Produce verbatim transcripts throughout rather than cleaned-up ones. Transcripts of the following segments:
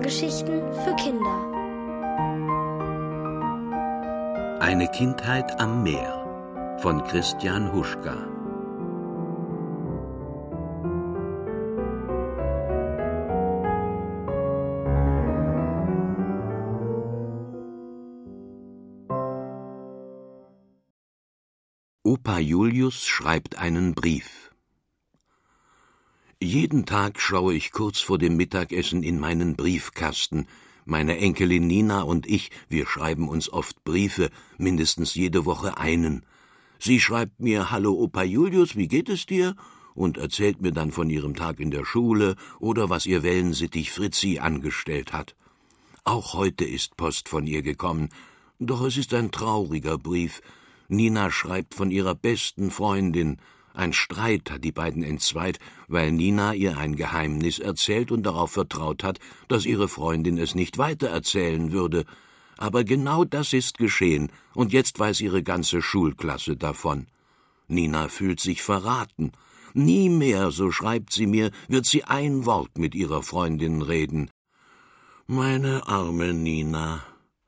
Hörgeschichten für Kinder. Eine Kindheit am Meer von Christian Huschka. Opa Julius schreibt einen Brief. Jeden Tag schaue ich kurz vor dem Mittagessen in meinen Briefkasten. Meine Enkelin Nina und ich, wir schreiben uns oft Briefe, mindestens jede Woche einen. Sie schreibt mir: »Hallo Opa Julius, wie geht es dir?« und erzählt mir dann von ihrem Tag in der Schule oder was ihr Wellensittich Fritzi angestellt hat. Auch heute ist Post von ihr gekommen, doch es ist ein trauriger Brief. Nina schreibt von ihrer besten Freundin. Ein Streit hat die beiden entzweit, weil Nina ihr ein Geheimnis erzählt und darauf vertraut hat, dass ihre Freundin es nicht weitererzählen würde. Aber genau das ist geschehen, und jetzt weiß ihre ganze Schulklasse davon. Nina fühlt sich verraten. Nie mehr, so schreibt sie mir, wird sie ein Wort mit ihrer Freundin reden. Meine arme Nina.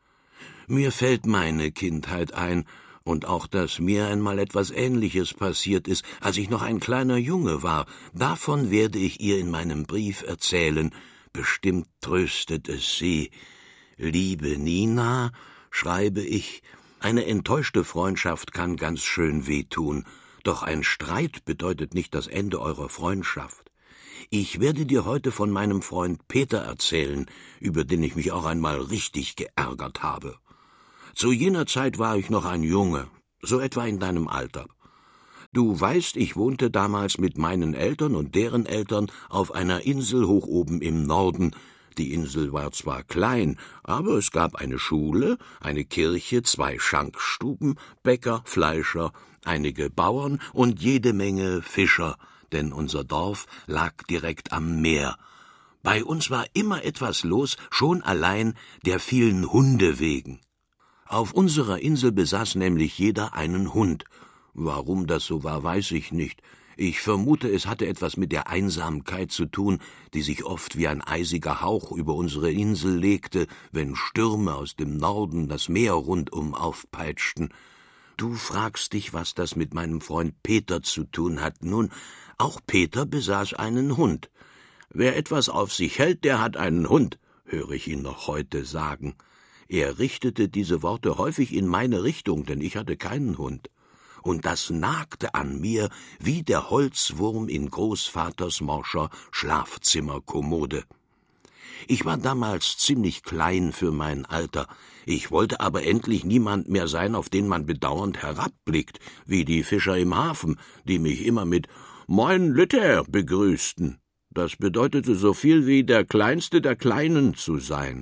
Mir fällt meine Kindheit ein, und auch, dass mir einmal etwas Ähnliches passiert ist, als ich noch ein kleiner Junge war. Davon werde ich ihr in meinem Brief erzählen. Bestimmt tröstet es sie. Liebe Nina, schreibe ich, eine enttäuschte Freundschaft kann ganz schön wehtun, doch ein Streit bedeutet nicht das Ende eurer Freundschaft. Ich werde dir heute von meinem Freund Peter erzählen, über den ich mich auch einmal richtig geärgert habe. Zu jener Zeit war ich noch ein Junge, so etwa in deinem Alter. Du weißt, ich wohnte damals mit meinen Eltern und deren Eltern auf einer Insel hoch oben im Norden. Die Insel war zwar klein, aber es gab eine Schule, eine Kirche, zwei Schankstuben, Bäcker, Fleischer, einige Bauern und jede Menge Fischer, denn unser Dorf lag direkt am Meer. Bei uns war immer etwas los, schon allein der vielen Hunde wegen. Auf unserer Insel besaß nämlich jeder einen Hund. Warum das so war, weiß ich nicht. Ich vermute, es hatte etwas mit der Einsamkeit zu tun, die sich oft wie ein eisiger Hauch über unsere Insel legte, wenn Stürme aus dem Norden das Meer rundum aufpeitschten. Du fragst dich, was das mit meinem Freund Peter zu tun hat. Nun, auch Peter besaß einen Hund. Wer etwas auf sich hält, der hat einen Hund, höre ich ihn noch heute sagen. Er richtete diese Worte häufig in meine Richtung, denn ich hatte keinen Hund. Und das nagte an mir wie der Holzwurm in Großvaters morscher Schlafzimmerkommode. Ich war damals ziemlich klein für mein Alter. Ich wollte aber endlich niemand mehr sein, auf den man bedauernd herabblickt, wie die Fischer im Hafen, die mich immer mit »Moin Lütter« begrüßten. Das bedeutete so viel wie der Kleinste der Kleinen zu sein.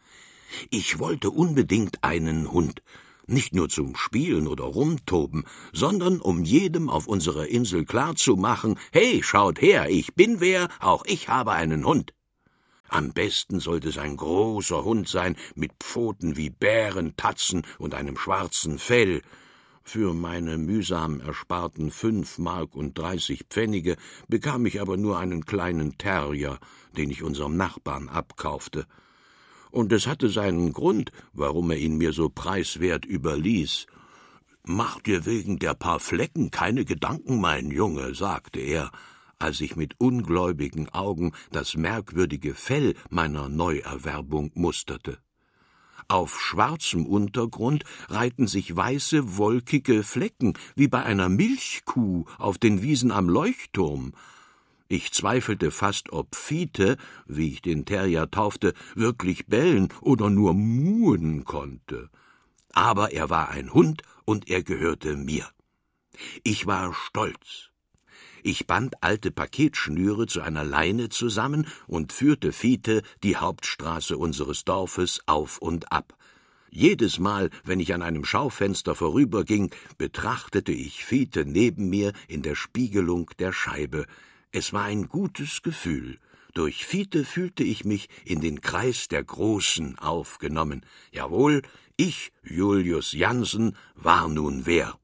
Ich wollte unbedingt einen Hund, nicht nur zum Spielen oder Rumtoben, sondern um jedem auf unserer Insel klarzumachen, »Hey, schaut her, ich bin wer, auch ich habe einen Hund.« Am besten sollte es ein großer Hund sein, mit Pfoten wie Bären, Tatzen und einem schwarzen Fell. Für meine mühsam ersparten fünf Mark und dreißig Pfennige bekam ich aber nur einen kleinen Terrier, den ich unserem Nachbarn abkaufte. Und es hatte seinen Grund, warum er ihn mir so preiswert überließ. »Mach dir wegen der paar Flecken keine Gedanken, mein Junge«, sagte er, als ich mit ungläubigen Augen das merkwürdige Fell meiner Neuerwerbung musterte. Auf schwarzem Untergrund reihten sich weiße, wolkige Flecken, wie bei einer Milchkuh auf den Wiesen am Leuchtturm. Ich zweifelte fast, ob Fiete, wie ich den Terrier taufte, wirklich bellen oder nur muhen konnte. Aber er war ein Hund und er gehörte mir. Ich war stolz. Ich band alte Paketschnüre zu einer Leine zusammen und führte Fiete die Hauptstraße unseres Dorfes auf und ab. Jedes Mal, wenn ich an einem Schaufenster vorüberging, betrachtete ich Fiete neben mir in der Spiegelung der Scheibe. Es war ein gutes Gefühl. Durch Fiete fühlte ich mich in den Kreis der Großen aufgenommen. Jawohl, ich, Julius Jansen, war nun wer.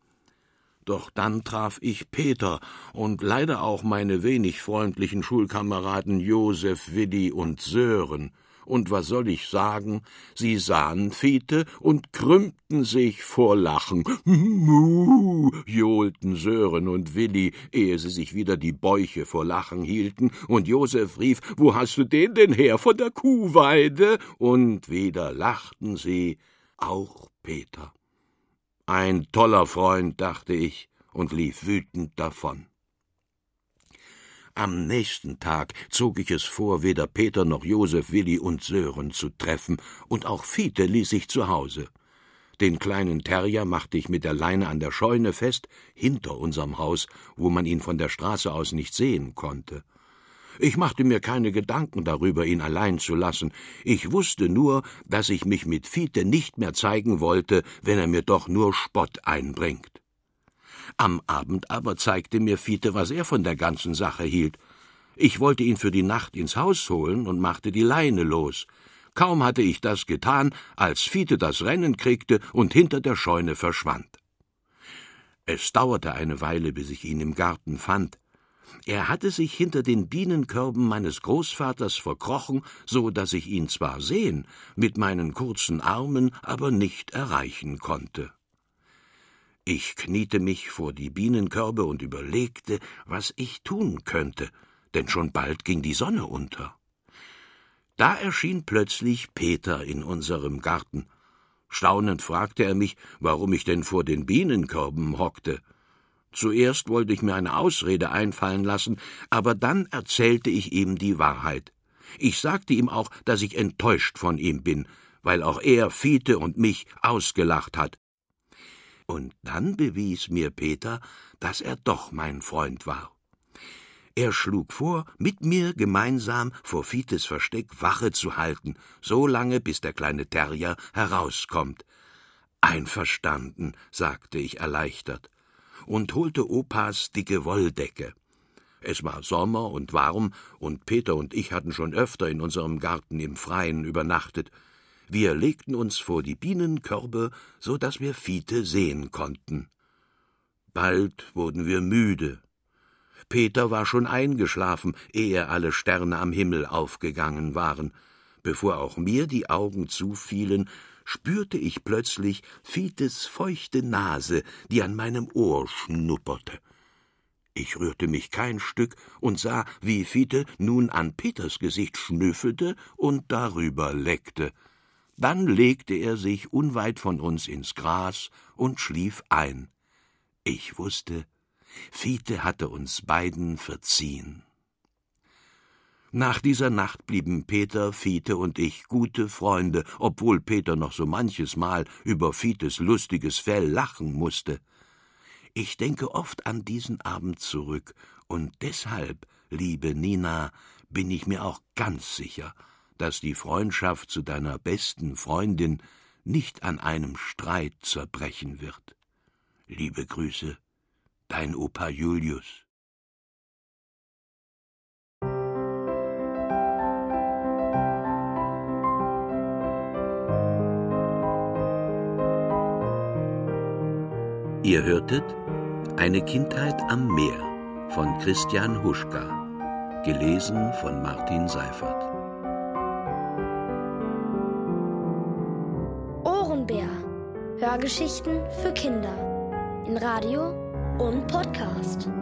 Doch dann traf ich Peter und leider auch meine wenig freundlichen Schulkameraden Josef, Willi und Sören. und was soll ich sagen? Sie sahen Fiete und krümmten sich vor Lachen. »Muh«, johlten Sören und Willi, ehe sie sich wieder die Bäuche vor Lachen hielten, und Josef rief, »Wo hast du den denn her, von der Kuhweide?« Und wieder lachten sie, auch Peter. Ein toller Freund, dachte ich, und lief wütend davon. Am nächsten Tag zog ich es vor, weder Peter noch Josef, Willi und Sören zu treffen, und auch Fiete ließ ich zu Hause. Den kleinen Terrier machte ich mit der Leine an der Scheune fest, hinter unserem Haus, wo man ihn von der Straße aus nicht sehen konnte. Ich machte mir keine Gedanken darüber, ihn allein zu lassen. Ich wusste nur, dass ich mich mit Fiete nicht mehr zeigen wollte, wenn er mir doch nur Spott einbringt. Am Abend aber zeigte mir Fiete, was er von der ganzen Sache hielt. Ich wollte ihn für die Nacht ins Haus holen und machte die Leine los. Kaum hatte ich das getan, als Fiete das Rennen kriegte und hinter der Scheune verschwand. Es dauerte eine Weile, bis ich ihn im Garten fand. Er hatte sich hinter den Bienenkörben meines Großvaters verkrochen, so dass ich ihn zwar sehen, mit meinen kurzen Armen aber nicht erreichen konnte. Ich kniete mich vor die Bienenkörbe und überlegte, was ich tun könnte, denn schon bald ging die Sonne unter. Da erschien plötzlich Peter in unserem Garten. Staunend fragte er mich, warum ich denn vor den Bienenkörben hockte. Zuerst wollte ich mir eine Ausrede einfallen lassen, aber dann erzählte ich ihm die Wahrheit. Ich sagte ihm auch, dass ich enttäuscht von ihm bin, weil auch er Fiete und mich ausgelacht hat. Und dann bewies mir Peter, dass er doch mein Freund war. Er schlug vor, mit mir gemeinsam vor Fietes Versteck Wache zu halten, so lange, bis der kleine Terrier herauskommt. »Einverstanden«, sagte ich erleichtert, und holte Opas dicke Wolldecke. Es war Sommer und warm, und Peter und ich hatten schon öfter in unserem Garten im Freien übernachtet. Wir legten uns vor die Bienenkörbe, so dass wir Fiete sehen konnten. Bald wurden wir müde. Peter war schon eingeschlafen, ehe alle Sterne am Himmel aufgegangen waren. Bevor auch mir die Augen zufielen, spürte ich plötzlich Fietes feuchte Nase, die an meinem Ohr schnupperte. Ich rührte mich kein Stück und sah, wie Fiete nun an Peters Gesicht schnüffelte und darüber leckte. Dann legte er sich unweit von uns ins Gras und schlief ein. Ich wusste, Fiete hatte uns beiden verziehen. Nach dieser Nacht blieben Peter, Fiete und ich gute Freunde, obwohl Peter noch so manches Mal über Fietes lustiges Fell lachen musste. Ich denke oft an diesen Abend zurück, und deshalb, liebe Nina, bin ich mir auch ganz sicher, dass die Freundschaft zu deiner besten Freundin nicht an einem Streit zerbrechen wird. Liebe Grüße, dein Opa Julius. Ihr hörtet »Eine Kindheit am Meer« von Christian Huschka, gelesen von Martin Seifert. Ohrenbär. Hörgeschichten für Kinder in Radio und Podcast.